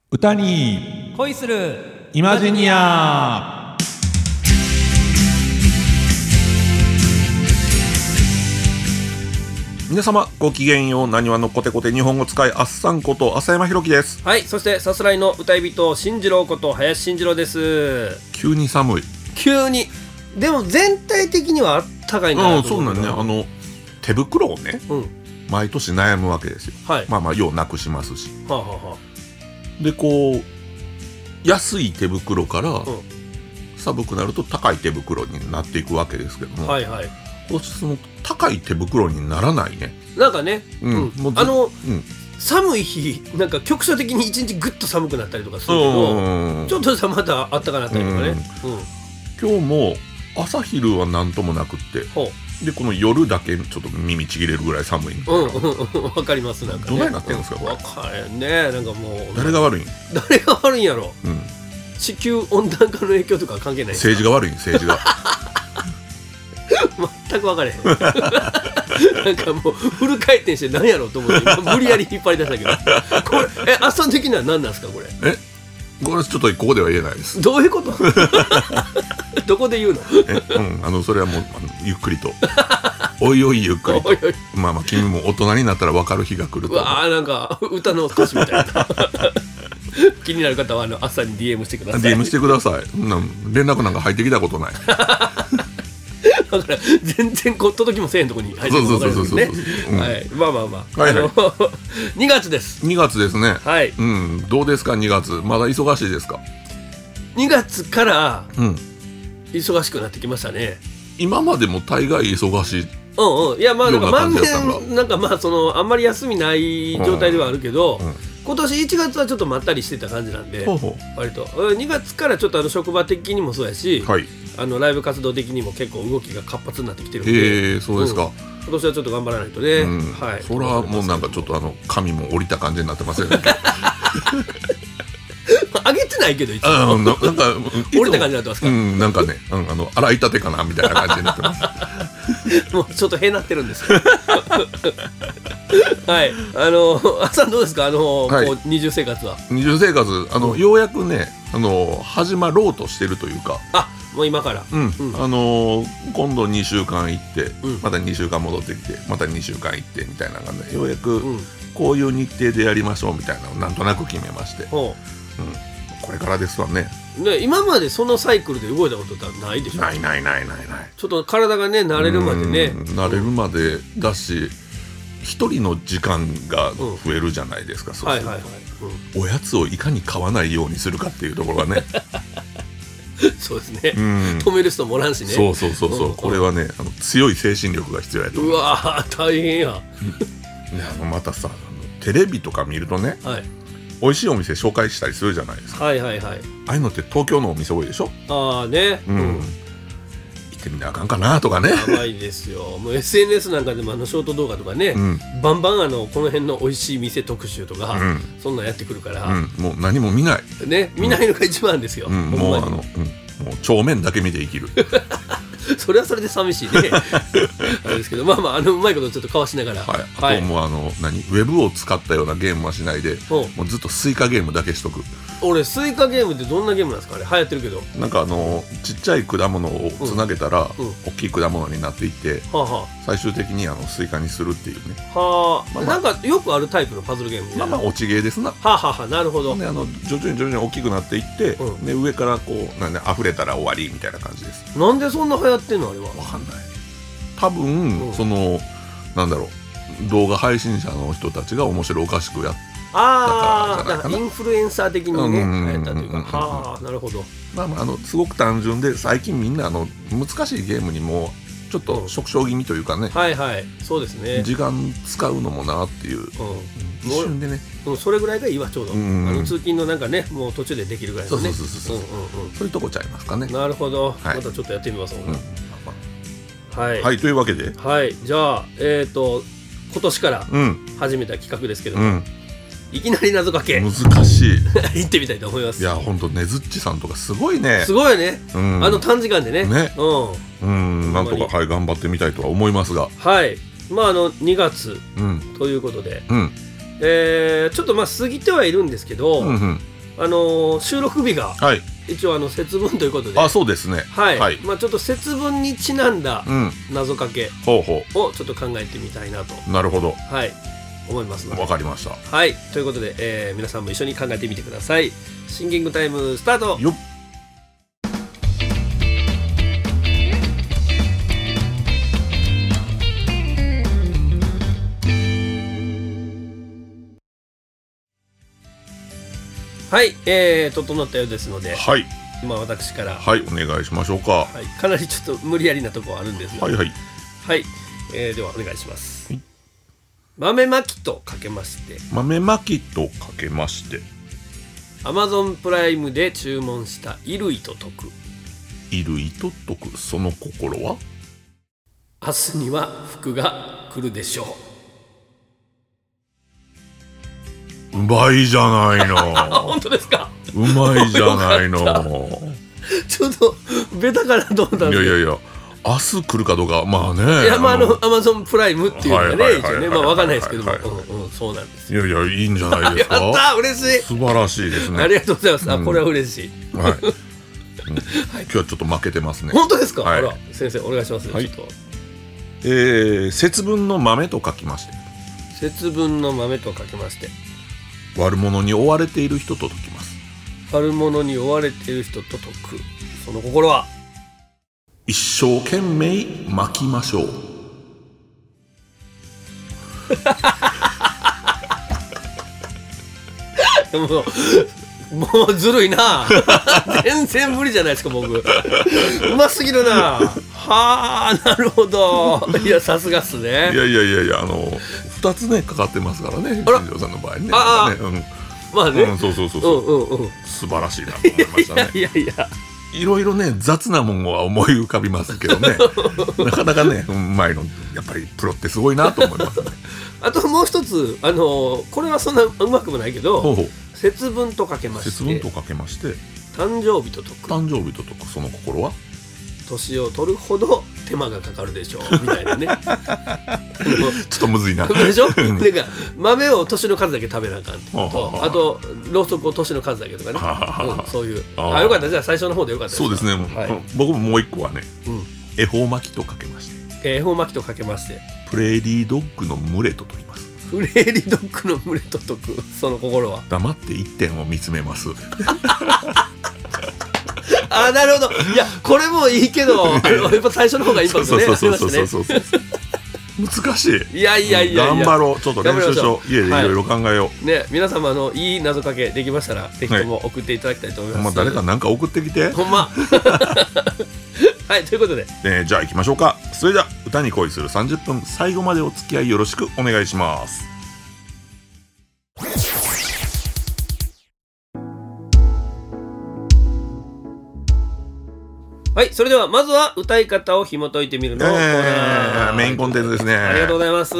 歌に恋するイマジニア。皆様ごきげんよう。なにわのコテコテ日本語使いあっさんこと浅山ひろきです。 はい、そしてさすらいの歌い人進次郎こと林進次郎です。 急に寒い。 急にでも全体的にはあったかいんかなとそう思うけど。 なんね。手袋をね、毎年悩むわけですよ。 はい、 まあようなくしますし、 はあはあはでこう安い手袋から、寒くなると高い手袋になっていくわけですけども、 はいはい、 今年その高い手袋にならないね。 なんかね、 もう寒い日なんか局所的に一日ぐっと寒くなったりとかするけど、ちょっとさまたあったかなったりとかね、 今日も朝昼は何ともなくって、でこの夜だけちょっと耳ちぎれるぐらい寒い。 わかります。なんかね、 どないなってんですかこれ。 わかるね。なんかもう誰が悪いん？ 誰が悪いんやろ。地球温暖化の影響とかは関係ない。 政治が悪いん。政治が全く分かれへんなんかもうフル回転して何やろうと思って無理やり引っ張り出したけどこれあっさん的には何なんですかこれ。 これちょっとここでは言えないです。 どういうことどこで言うの？ それはもうゆっくりとおいおいゆっくりとまあ君も大人になったら分かる日が来ると。 うわー、なんか歌の歌詞みたいな気になる方はあっさんに DM してください。 DM してください。連絡なんか入ってきたことないだから全然届きもせえんとこに入ってるの分かるんですね。まあ2月です。 2月ですね。 はい、 どうですか2月。まだ忙しいですか ？2月から忙しくなってきましたね。 今までも大概忙しい。 いやまあなんか万年なんかまああんまり休みない状態ではあるけど、今年1月はちょっとまったりしてた感じなんで、割と2月からちょっと職場的にもそうやし、ライブ活動的にも結構動きが活発になってきてるんで。 そうですか。 今年はちょっと頑張らないとね。 それはもうなんかちょっと髪も降りた感じになってますよね上げてないけどいつもなんか降りた感じになってますか？ なんかね、洗いたてかなみたいな感じになってますもうちょっとへなってるんですよはい、あっさんどうですか？こう二重生活は。 二重生活ようやくね始まろうとしてるというか。 もう今から今度2週間行って、また2週間戻ってきてまた2週間行ってみたいな感じで、ようやくこういう日程でやりましょうみたいなのをなんとなく決めまして、これからですわね。 今までそのサイクルで動いたことってないでしょ？ない。ちょっと体がね慣れるまでね、 慣れるまでだし、一人の時間が増えるじゃないですか。そうするとおやつをいかに買わないようにするかっていうところがねそうですね、止める人もおらんしね。 そうこれはね強い精神力が必要やと思う。 うわー大変やまたさテレビとか見るとね、美味しいお店紹介したりするじゃないですか。ああいうのって東京のお店多いでしょ。行ってみなあかんかなとかね。 やばいですよ。もう SNS なんかでもショート動画とかね、バンバンこの辺の美味しい店特集とか、そんなんやってくるから、 もう何も見ないね、見ないのが一番ですよ。 もう帳面だけ見て生きるそれはそれで寂しいねあれですけど、うまいことちょっとかわしながら、 あともうウェブを使ったようなゲームはしないで、もうずっとスイカゲームだけしとく。 俺スイカゲームってどんなゲームなんですか？あれ流行ってるけど、なんかちっちゃい果物をつなげたら、大きい果物になっていって、最終的にスイカにするっていうね。 なんかよくあるタイプのパズルゲームみたいな。 落ちゲーですな。 なるほど。 で徐々に大きくなっていって、で上からこう溢れたら終わりみたいな感じです。 なんでそんな流行ってんのあれは。 分かんない。多分動画配信者の人たちが面白おかしくやってだからインフルエンサー的にね流行ったというか。なるほど。 すごく単純で、最近みんな難しいゲームにもちょっと縮小気味というかね、 そうですね、 時間使うのもなっていう、一瞬でね、 それぐらいがいいわ。ちょうど通勤のなんかね、もう途中でできるぐらいのね。 そういうとこちゃいますかね。 なるほど。またちょっとやってみますもんね。 はい、というわけで、 じゃあ今年から始めた企画ですけども、いきなり謎かけ難しい行ってみたいと思います。 いやほんとねずっちさんとかすごいね。 すごいよね、短時間でね。 なんとか頑張ってみたいとは思いますが、 2月ということで、ちょっと過ぎてはいるんですけど、 収録日が、はい、一応節分ということで、 あ、そうですね、 はい、はい、まあ、ちょっと節分にちなんだ謎かけをちょっと考えてみたいなと、 なるほど、 はい、思いますので。 わかりました。 はい、ということで、皆さんも一緒に考えてみてください。シンキングタイムスタート。 よっ。 はい、整ったようですので、 はい、 今私から、 はい、お願いしましょうか。 はい、かなりちょっと無理やりなところあるんですが、 はいはい、 はい、ではお願いします。はい、豆まきとかけまして、 豆まきとかけまして、 Amazon プライムで注文した衣類と解く。 衣類と解く、その心は？ 明日には服が来るでしょう。 うまいじゃないの。 本当ですか？ うまいじゃないの。 ちょっとベタかなと思ったんで。 いや明日来るかどうか、まあね。 いや、まあAmazon プライムっていうのがね、一応ね、まあわかんないですけども、そうなんですよ。 いやいいんじゃないですか。 やった、嬉しい。 素晴らしいですね。 ありがとうございます。あ、これは嬉しい。 はい。今日はちょっと負けてますね。 本当ですか？あら、先生お願いします。ちょっと。 節分の豆と書きまして。 節分の豆と書きまして。 悪者に追われている人と解きます。 悪者に追われている人と解く。その心は？ 一生懸命巻きましょう。 もうずるいな。全然無理じゃないですか、僕。うますぎるな。はあ、なるほど。いや、さすがっすね。 いや2つねかかってますからね、新庄さんの場合ね。まあね、 そう素晴らしいなと思いましたね。いろいろね雑なもんは思い浮かびますけどね、なかなかねうまいの、やっぱりプロってすごいなと思いますね。 あともう一つ、これはそんなうまくもないけど、節分とかけまして、誕生日と解く。 誕生日と解く、その心は？ 年を取るほど手間がかかるでしょうみたいなね。ちょっとむずいな。 でしょ？なんか豆を年の数だけ食べなあかんと、あとろうそくを年の数だけとかね、そういう。あ、よかった。じゃあ最初の方でよかったです。 そうですね。僕ももう一個はね、恵方巻きとかけまして。 恵方巻きとかけまして、 プレーリードッグの群れと解きます。 プレーリードッグの群れと解く、その心は？ 黙って一点を見つめます。 あ、なるほど。いや、これもいいけど、やっぱ最初の方がいいかもね。そう難しい。 いや頑張ろう。ちょっと練習しよう。家でいろいろ考えよう。 ね、皆様いい謎かけできましたら、ぜひとも送っていただきたいと思います。 誰かなんか送ってきて。 ほんま。はい、ということで、 じゃあ行きましょうか。それじゃあ歌に恋する30分、最後までお付き合いよろしくお願いします。 はい、それではまずは歌い方を紐解いてみるのコーナー、 メインコンテンツですね。 ありがとうございます。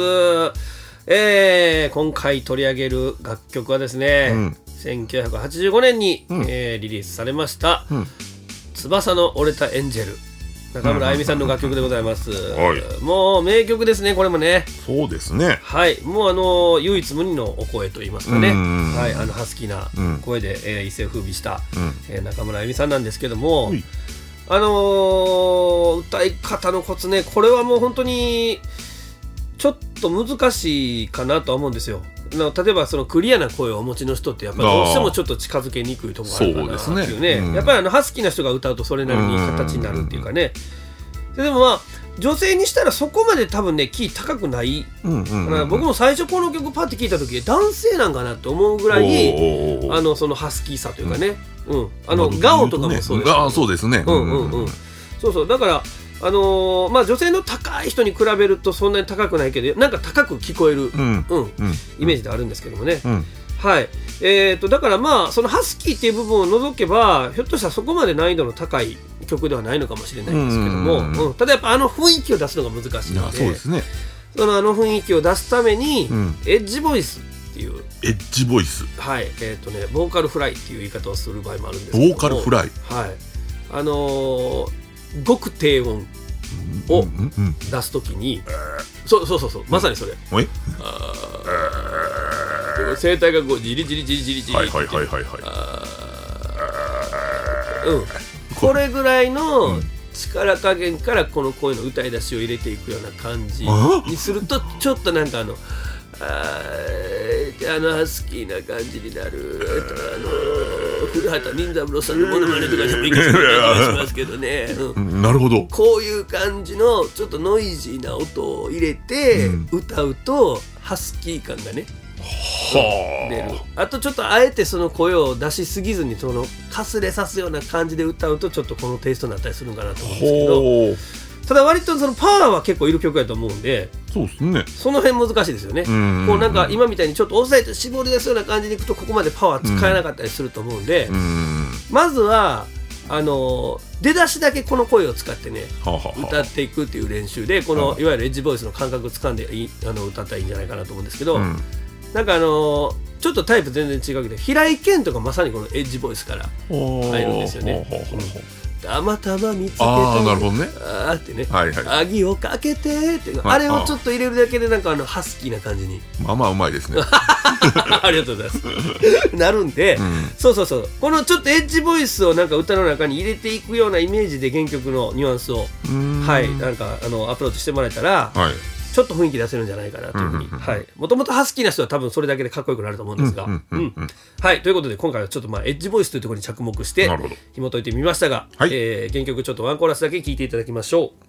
今回取り上げる楽曲はですね、1985年に、リリースされました、翼の折れたエンジェル、中村あゆみさんの楽曲でございます。もう名曲ですね、これもね。 そうですね。 はい、もう唯一無二のお声といいますかね、はい、ハスキーな声で、一世風靡した、中村あゆみさんなんですけども、歌い方のコツね、これはもう本当にちょっと難しいかなとは思うんですよ。例えばそのクリアな声をお持ちの人ってやっぱりどうしてもちょっと近づけにくいところがあるかなっていうね。やっぱりハスキーな人が歌うとそれなりに形になるっていうかね。でもまあ女性にしたらそこまで多分ねキー高くない、僕も最初この曲パッて聞いた時男性なんかなと思うぐらいそのハスキーさというかね、ガオとかもそうです、 そうですね。 そうだからまあ、女性の高い人に比べるとそんなに高くないけどなんか高く聞こえる、イメージであるんですけどもね、はい、だからまあそのハスキーっていう部分を除けばひょっとしたらそこまで難易度の高い曲ではないのかもしれないんですけども、ただやっぱ雰囲気を出すのが難しいので、 そうですね、 その雰囲気を出すために、エッジボイスっていうエッジボイス、 はい、ボーカルフライっていう言い方をする場合もあるんですけども、 ボーカルフライ、 はい、極低音を出すときに、そうまさにそれ、声帯がこうジリジリジリジリジリって、 これぐらいの力加減からこの声の歌い出しを入れていくような感じにするとちょっとなんかハスキーな感じになる。古畑任三郎さんのモノマネとかでもいいかもしますけどね、 なるほど。 こういう感じのちょっとノイジーな音を入れて歌うとハスキー感がね、出る。あとちょっとあえてその声を出しすぎずにそのかすれさすような感じで歌うとちょっとこのテイストになったりするんかなと思うんですけど、ただ割とそのパワーは結構いる曲やと思うんで、 そうですね、 その辺難しいですよね。こうなんか今みたいにちょっと抑えて絞り出すような感じでいくとここまでパワー使えなかったりすると思うんで、まずは出だしだけこの声を使ってね歌っていくっていう練習で、このいわゆるエッジボイスの感覚をつかんで歌ったらいいんじゃないかなと思うんですけど、なんかちょっとタイプ全然違うけど、平井堅とかまさにこのエッジボイスから入るんですよね。たまたま見つけて、 なるほどね、 ってね、アギをかけてって、あれをちょっと入れるだけでなんかハスキーな感じに、 まあまあうまいですねありがとうございますなるんで、そうこのちょっとエッジボイスをなんか歌の中に入れていくようなイメージで原曲のニュアンスをなんかアプローチしてもらえたら、ちょっと雰囲気出せるんじゃないかなというふうに、もともとハスキーな人は多分それだけでかっこよくなると思うんですが、ということで今回はちょっとエッジボイスというところに着目して紐解いてみましたが、原曲ちょっとワンコーラスだけ聴いていただきましょう。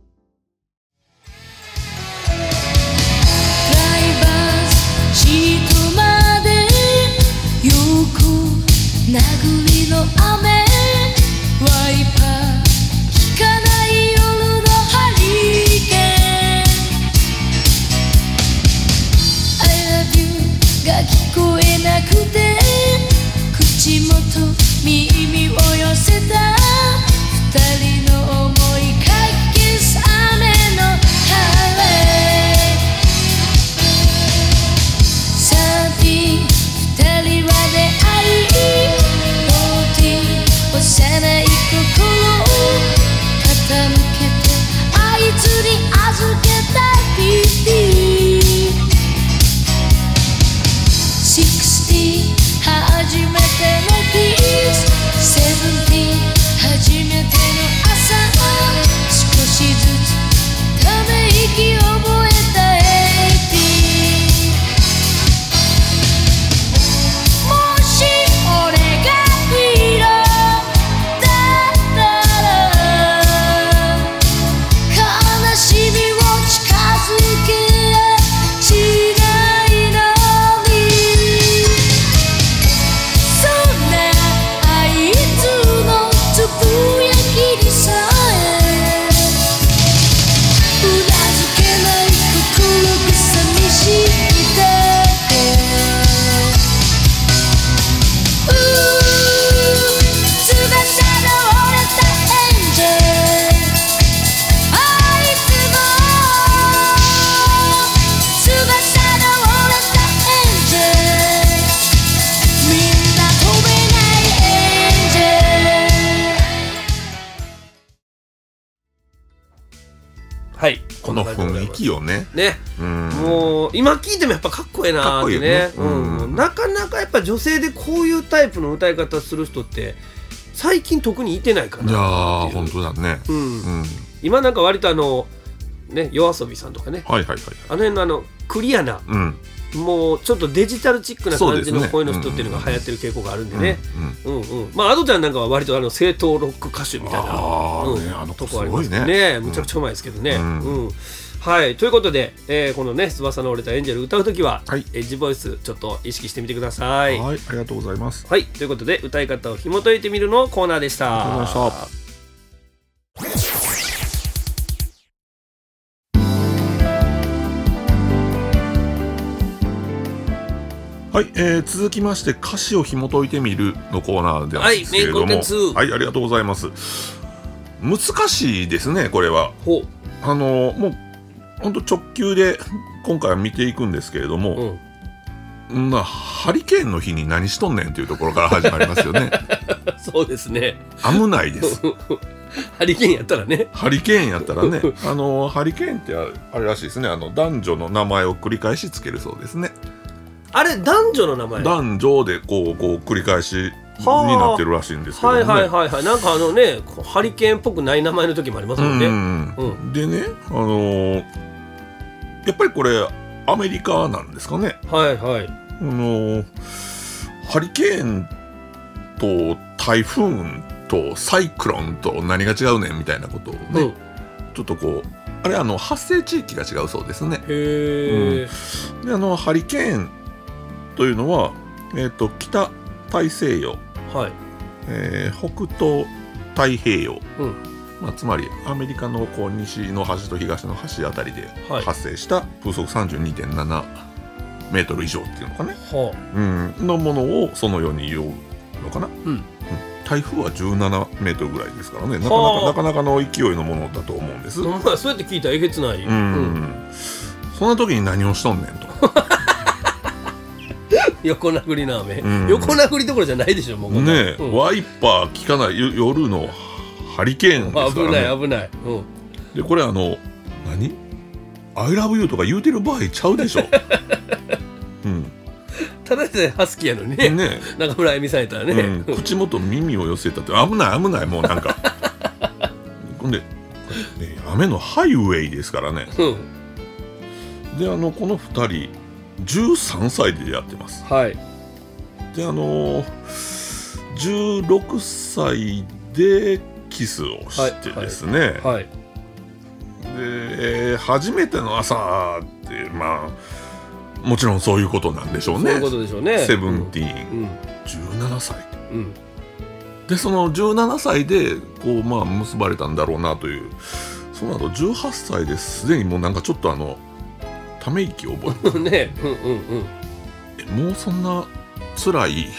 殴りの雨、ワイパー効かない夜のハリケーン、 I love you が聞こえなくて口元耳を寄せた二人の想いかき消す雨の晴れ、30二人は出会い幼い心を傾けてあいつに預けたい60初めてのキス、70初めての朝、少しずつため息を覚えた80、もし俺がヒーローこの雰囲気をね、 もう今聞いてもやっぱかっこいいなってね、なかなかやっぱ女性でこういうタイプの歌い方する人って最近特にいてないかな。 いやー本当だね、 今なんか割とYOASOBIさんとかね、あの辺のクリアな、もうちょっとデジタルチックな感じの声の人っていうのが流行ってる傾向があるんでね、アドちゃんなんかは割と正統ロック歌手みたいなとこありますね。むちゃくちゃうまいですけどね。ということで、このね翼の折れたエンジェル歌うときは、エッジボイスちょっと意識してみてください。 ありがとうございます。 ということで歌い方を紐解いてみるのコーナーでした。 ありがとうございました。続きまして歌詞を紐解いてみるのコーナーなんですけれども、ありがとうございます。難しいですねこれは。もうほんと直球で今回は見ていくんですけれども、ハリケーンの日に何しとんねんというところから始まりますよねそうですね、 危ないですハリケーンやったらねハリケーンってあれらしいですね、男女の名前を繰り返しつけるそうですね。 あれ男女の名前？ 男女でこう繰り返しなってるらしいんですけどね。 はいはいはいはい。なんかハリケーンっぽくない名前の時もありますもんね。 でね、やっぱりこれアメリカなんですかね。 はいはい。 ハリケーンと台風とサイクロンと何が違うねんみたいなことをね、ちょっとこうあれ発生地域が違うそうですね。 へでハリケーンというのは、北大西洋、 はい、 北東太平洋、つまりアメリカのこう西の端と東の端あたりで発生した風速 32.7 メートル以上っていうのかね、のものをそのように言うのかな。台風は17メートルぐらいですからね、なかなかの勢いのものだと思うんです。 そうやって聞いたらえげつない。 そんな時に何をしとんねんと横殴りの雨、横殴りどころじゃないでしょもうね。ワイパー効かない夜のハリケーンですからね。 危ない、 でこれ何 I love you とか言うてる場合ちゃうでしょただでハスキーやのにね、中村恵美さんやったらね、 口元耳を寄せたって危ないもうなんかほんで、雨のハイウェイですからね。でこの2人13歳でやってます。 はい。 で16歳でキスをしてですね、で初めての朝ってもちろんそういうことなんでしょうね。 そういうことでしょうね。 セブンティーン、17歳、でその17歳でこう結ばれたんだろうなという。その後18歳ですでにもうなんかちょっとため息を覚えてね、 もうそんな辛い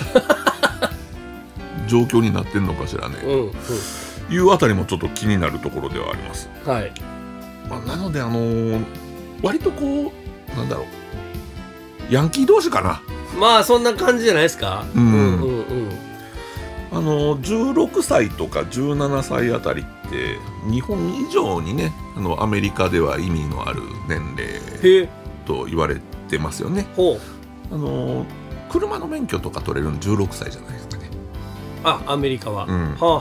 状況になってんのかしらね、いうあたりもちょっと気になるところではあります。 はい。 なので割とこうなんだろう、ヤンキー同士かな。 そんな感じじゃないですか。 16歳とか17歳あたりって日本以上にねアメリカでは意味のある年齢と言われてますよね。車の免許とか取れるの16歳じゃないですかね。 アメリカは。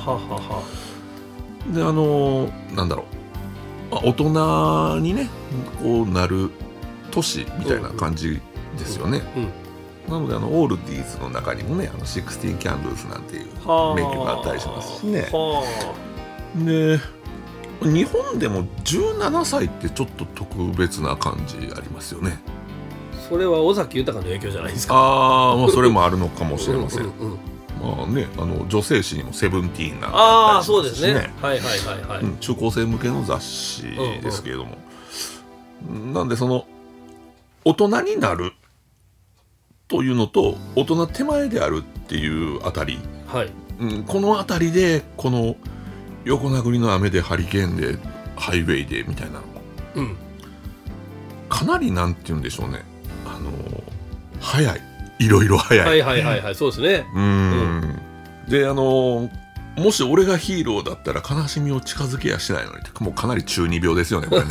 でなんだろう、大人にねこうなる年みたいな感じですよね。なのでオールディーズの中にもね16キャンドルズなんていう免許があったりしますしね。で日本でも17歳ってちょっと特別な感じありますよね。 それは尾崎豊の影響じゃないですか。 それもあるのかもしれません。女性誌にもセブンティーンなんてあったりしますしね。中高生向けの雑誌ですけれども、なんでその大人になるというのと大人手前であるっていうあたり、このあたりでこの横殴りの雨でハリケーンでハイウェイでみたいな、かなりなんて言うんでしょうね、早い、いろいろ早い。 そうですね。 でもし俺がヒーローだったら悲しみを近づけやしないのにって、もうかなり中二病ですよねこれね。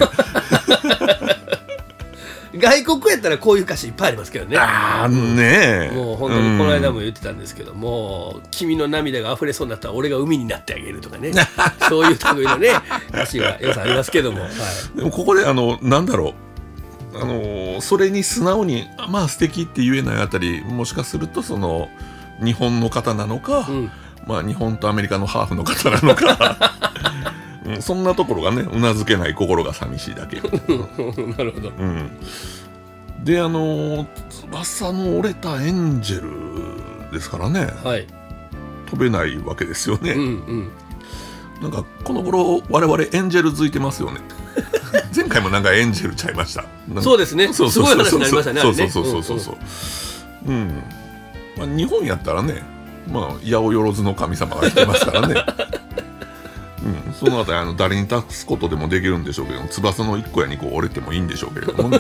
外国やったらこういう歌詞いっぱいありますけどね。もう本当にこの間も言ってたんですけども、君の涙が溢れそうになったら俺が海になってあげるとかね、そういう類のね歌詞がよさありますけども、 でもここでなんだろう、それに素直に素敵って言えないあたり、もしかするとその日本の方なのか、日本とアメリカのハーフの方なのかそんなところがね、うなずけない心が寂しいだけ。なるほど。 で翼の折れたエンジェルですからね、飛べないわけですよね。なんかこの頃我々エンジェルづいてますよね。前回もなんかエンジェルちゃいました。 そうですね。すごい話になりましたね。 日本やったらね、八百万の神様が来てますからね。そのあたり誰に託すことでもできるんでしょうけど、翼の1個や2個折れてもいいんでしょうけれどもね。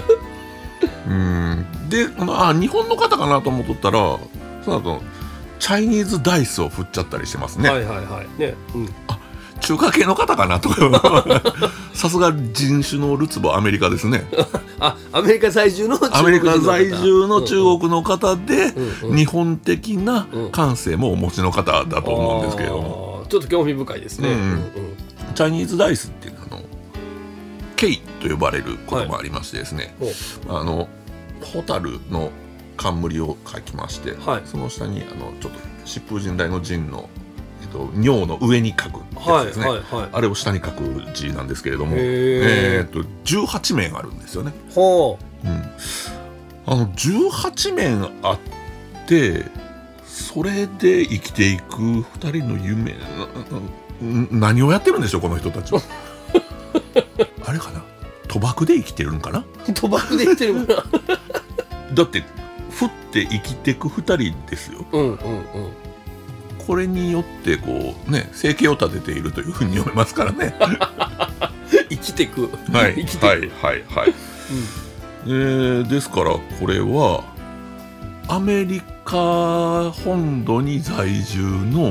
で日本の方かなと思っとったら、その後チャイニーズダイスを振っちゃったりしてますね。 中華系の方かなとさすが人種のるつぼアメリカですねアメリカ在住の中国人の方、 アメリカ在住の中国の方で、日本的な感性もお持ちの方だと思うんですけれども、 ちょっと興味深いですね、 チャイニーズライスっていうケイと呼ばれることもありましてですね、ホタルの冠を書きまして、その下にちょっと疾風陣雷の陣の尿の上に書くやつですね、あれを下に書く字なんですけれども、18面あるんですよね。18面あってそれで生きていく2人の夢何をやってるんでしょうこの人たちはあれかな、賭博で生きてるんかな賭博で生きてるんかなだって振って生きていく2人ですよ、これによってこうね生計を立てているというふうに思いますからね生きていくはいはいはいはい、ですからこれはアメリカ本土に在住の、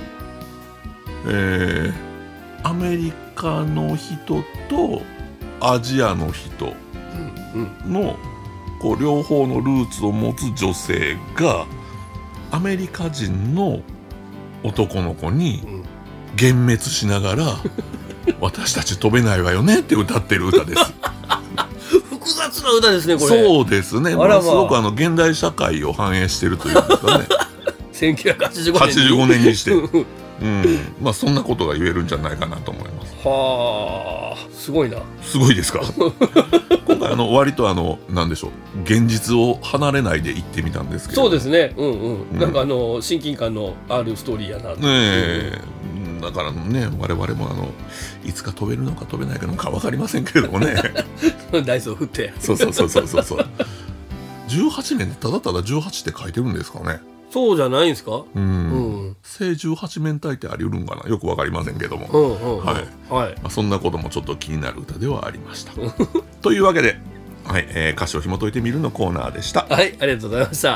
アメリカの人とアジアの人のこう両方のルーツを持つ女性がアメリカ人の男の子に幻滅しながら私たち飛べないわよねって歌ってる歌です複雑な歌ですねこれ。 そうですね、すごく現代社会を反映してるというんですかね 1985 年にしてそんなことが言えるんじゃないかなと思います。はあ、すごいな。 すごいですか今回割となんでしょう、現実を離れないで行ってみたんですけど。 そうですね、なんか親近感のあるストーリーやなだからね、我々もいつか飛べるのか飛べないのか分かりませんけれどもねダイスを振ってそう18年でただただ18って書いてるんですかね。 そうじゃないんですか。 正18面体ってあり得るんかな、よくわかりませんけども、そんなこともちょっと気になる歌ではありましたというわけで、歌詞を紐解いてみるのコーナーでした。 はい、ありがとうございました。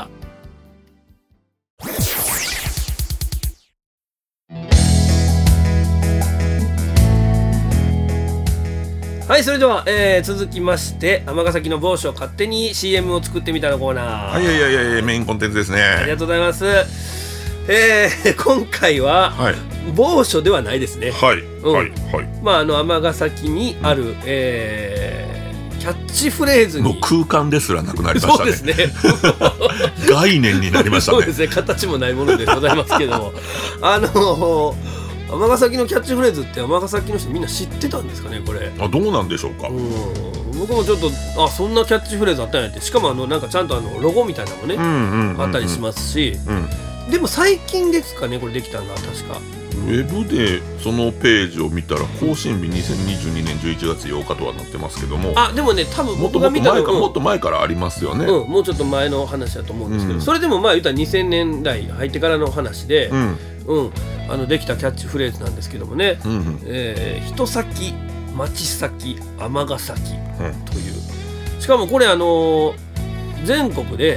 はい、それでは、続きまして尼崎の某所勝手に CM を作ってみたのコーナー。 いやメインコンテンツですね。 ありがとうございます。今回は、某所ではないですね。尼崎にある、キャッチフレーズにもう空間ですらなくなりましたね。 そうですね概念になりましたね。 そうですね、形もないものでございますけども尼崎のキャッチフレーズって尼崎の人みんな知ってたんですかねこれ。 どうなんでしょうか。 僕もちょっとそんなキャッチフレーズあったんやって。しかもなんかちゃんとロゴみたいなのもねあったりしますし、でも最近ですかねこれできたのは。確かウェブでそのページを見たら更新日2022年11月8日とはなってますけども、 でもね多分僕が見たのもっと前からありますよね。 もうちょっと前の話だと思うんですけど、それでも言ったら2000年代入ってからの話で、できたキャッチフレーズなんですけどもね、人先町先尼崎という、しかもこれ全国で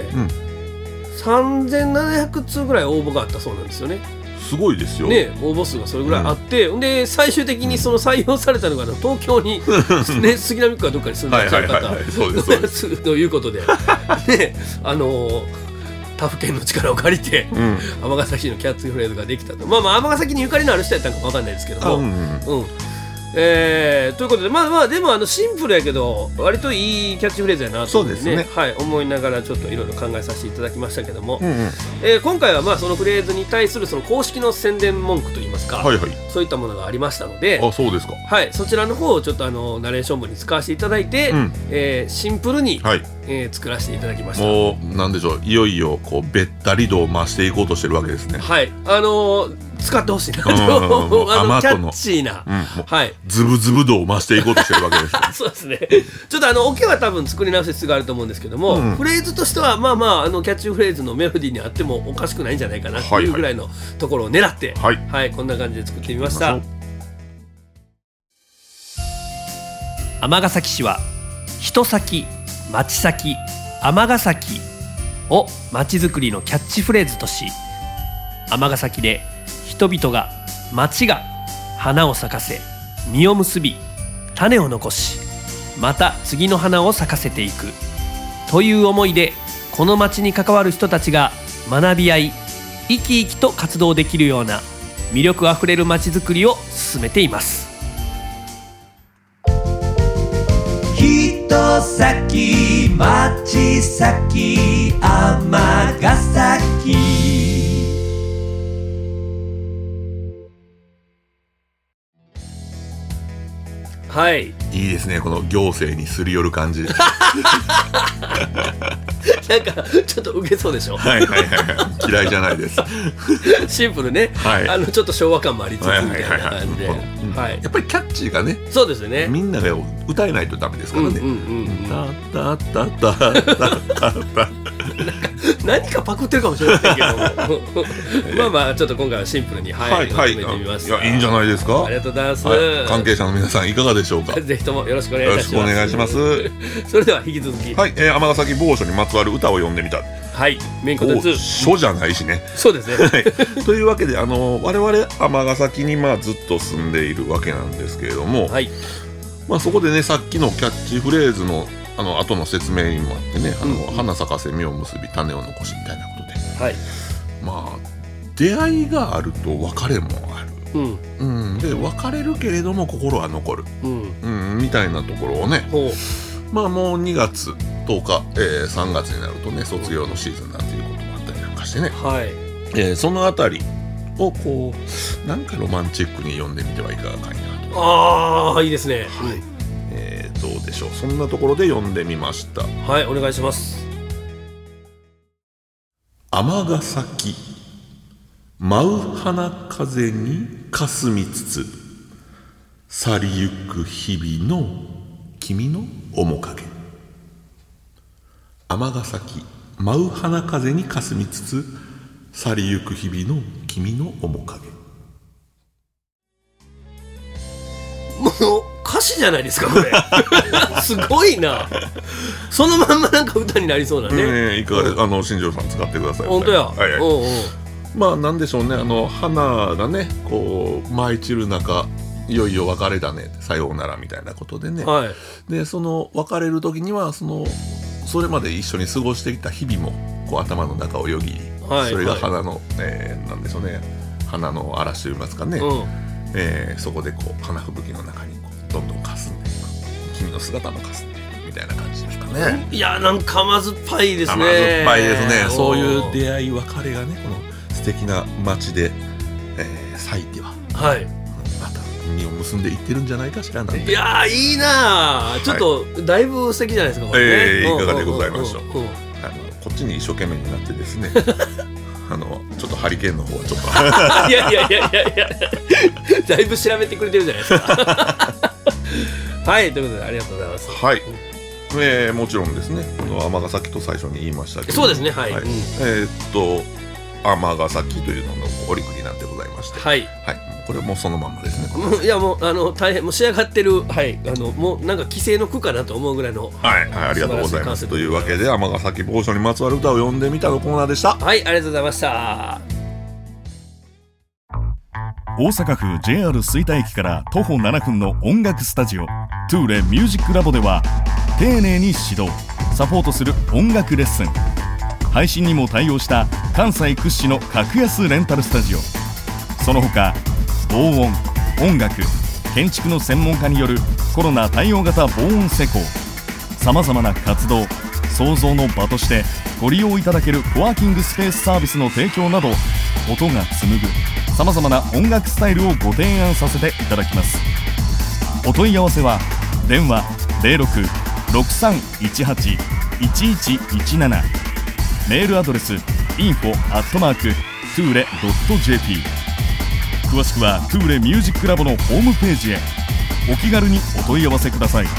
3700通ぐらい応募があったそうなんですよね。 すごいですよね、応募数がそれぐらいあって、で最終的にその採用されたのが東京に、杉並区かどっかに住んでらっしゃる方ということで、ね、他府県の力を借りて尼崎のキャッチフレーズができたと。尼崎にゆかりのある人やったのか分かんないですけども、ということででもシンプルやけど割といいキャッチフレーズやなと、思いながらちょっといろいろ考えさせていただきましたけども、今回はそのフレーズに対するその公式の宣伝文句といいますか、そういったものがありましたので、 そうですか。 そちらの方をちょっとナレーション部に使わせていただいて、シンプルに、作らせていただきました。 もうなんでしょう、いよいよこうべったり度を増していこうとしてるわけですね。 使ってほしいなとキャッチーな、 ズブズブ度を増していこうとしてるわけですねそうですね。ちょっとオケは多分作り直す必要があると思うんですけども、フレーズとしてはキャッチフレーズのメロディーにあってもおかしくないんじゃないかなというぐらいのところを狙って、こんな感じで作ってみました。尼崎市は人先町先尼崎を町づくりのキャッチフレーズとし、尼崎で人々が町が花を咲かせ、実を結び、種を残し、また次の花を咲かせていくという思いで、この町に関わる人たちが学び合い、生き生きと活動できるような魅力あふれる町づくりを進めています。 人先町先尼崎。 はい、 いいですね、この行政にすり寄る感じ。なんかちょっと受けそうでしょ。 はいはいはい、嫌いじゃないです。 シンプルね、はい、ちょっと昭和感もありつつみたいな感じで、やっぱりキャッチーがね、 そうですね、 みんなが歌えないとダメですからね。タタタタタタ何かパクってるかもしれませんけどまあまあちょっと今回はシンプルに、はいはい、まとめてみました。 いいんじゃないですか。 ありがとうございます、 はい、関係者の皆さんいかがでしょうか。 ぜひともよろしくお願いいたします。 よろしくお願いします。 それでは引き続き、 はい、尼崎某所にまつわる歌を読んでみた。 はい、メインコンテンツ書じゃないしね。 そうですね、 はい、というわけで我々尼崎にずっと住んでいるわけなんですけれども、はい、そこでね、さっきのキャッチフレーズの後の説明にもあってね、花咲かせ実を結び種を残しみたいなことで、はい、出会いがあると別れもある、で別れるけれども心は残る、みたいなところをね、もう2月10日、3月になるとね、卒業のシーズンなんていうこともあったりなんかしてね、はい、そのあたりをこうなんかロマンチックに読んでみてはいかがかいなと。 ああ、いいですね。はい、 どうでしょう。そんなところで読んでみました。 はい、お願いします。 尼崎舞う花風に霞みつつ去りゆく日々の君の面影。尼崎舞う花風に霞みつつ去りゆく日々の君の面影。 もう歌詞じゃないですかこれ。すごいな。そのまんまなんか歌になりそうなね。 いかがで新庄さん使ってください。 本当や。 はいはい、なんでしょうね、花がねこう舞い散る中、いよいよ別れだね、さようならみたいなことでね、はい、でその別れる時にはそれまで一緒に過ごしてきた日々もこう頭の中をよぎり、はい、それが花の、なんでしょうね、花の嵐といいますかね、そこでこう花吹雪の中にこうどんどん霞んでいく、君の姿も霞んでいくみたいな感じですかね。 いや、なんか甘酸っぱいですね。 甘酸っぱいですね。そういう出会い別れがね、この素敵な街で、咲いては、はい、また実を結んでいってるんじゃないかしらなんて。 いや、いいな。ちょっとだいぶ素敵じゃないですかこれね。 いかがでございましょう。こっちに一生懸命になってですねちょっとハリケーンの方はちょっといやだいぶ調べてくれてるじゃないですか。はい、ということでありがとうございます。 はい、もちろんですね、尼崎と最初に言いましたけど、 そうですね、はい、はい、 尼崎というのの折国なんでございまして、はい、はい、これはもうそのまんまですね。 いや、もう大変もう仕上がってる、はい、もうなんか既成の句かなと思うぐらいの、 はい、はい、ありがとうございます。というわけで尼崎某所にまつわる歌を読んでみたのコーナーでした。 はい、ありがとうございました。 大阪府 JR 吹田駅から徒歩7分の音楽スタジオトゥーレミュージックラボでは、丁寧に指導サポートする音楽レッスン、配信にも対応した関西屈指の格安レンタルスタジオ、その他防音、音楽、建築の専門家によるコロナ対応型防音施工、さまざまな活動創造の場としてご利用いただけるコワーキングスペースサービスの提供など、音が紡ぐさまざまな音楽スタイルをご提案させていただきます。お問い合わせは電話 06-6318-1117、 メールアドレス info@toure.jp、 詳しくはトゥーレミュージックラボのホームページへお気軽にお問い合わせください。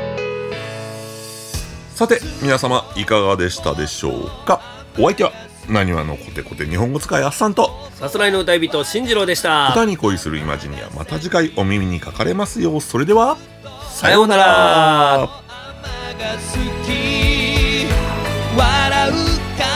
さて皆様いかがでしたでしょうか。お相手はなにわのコテコテ日本語使いあっさんとさすらいの歌い人進次郎でした。 歌に恋するイマジニア、また次回お耳にかかれますよ。それではさようなら。 笑うか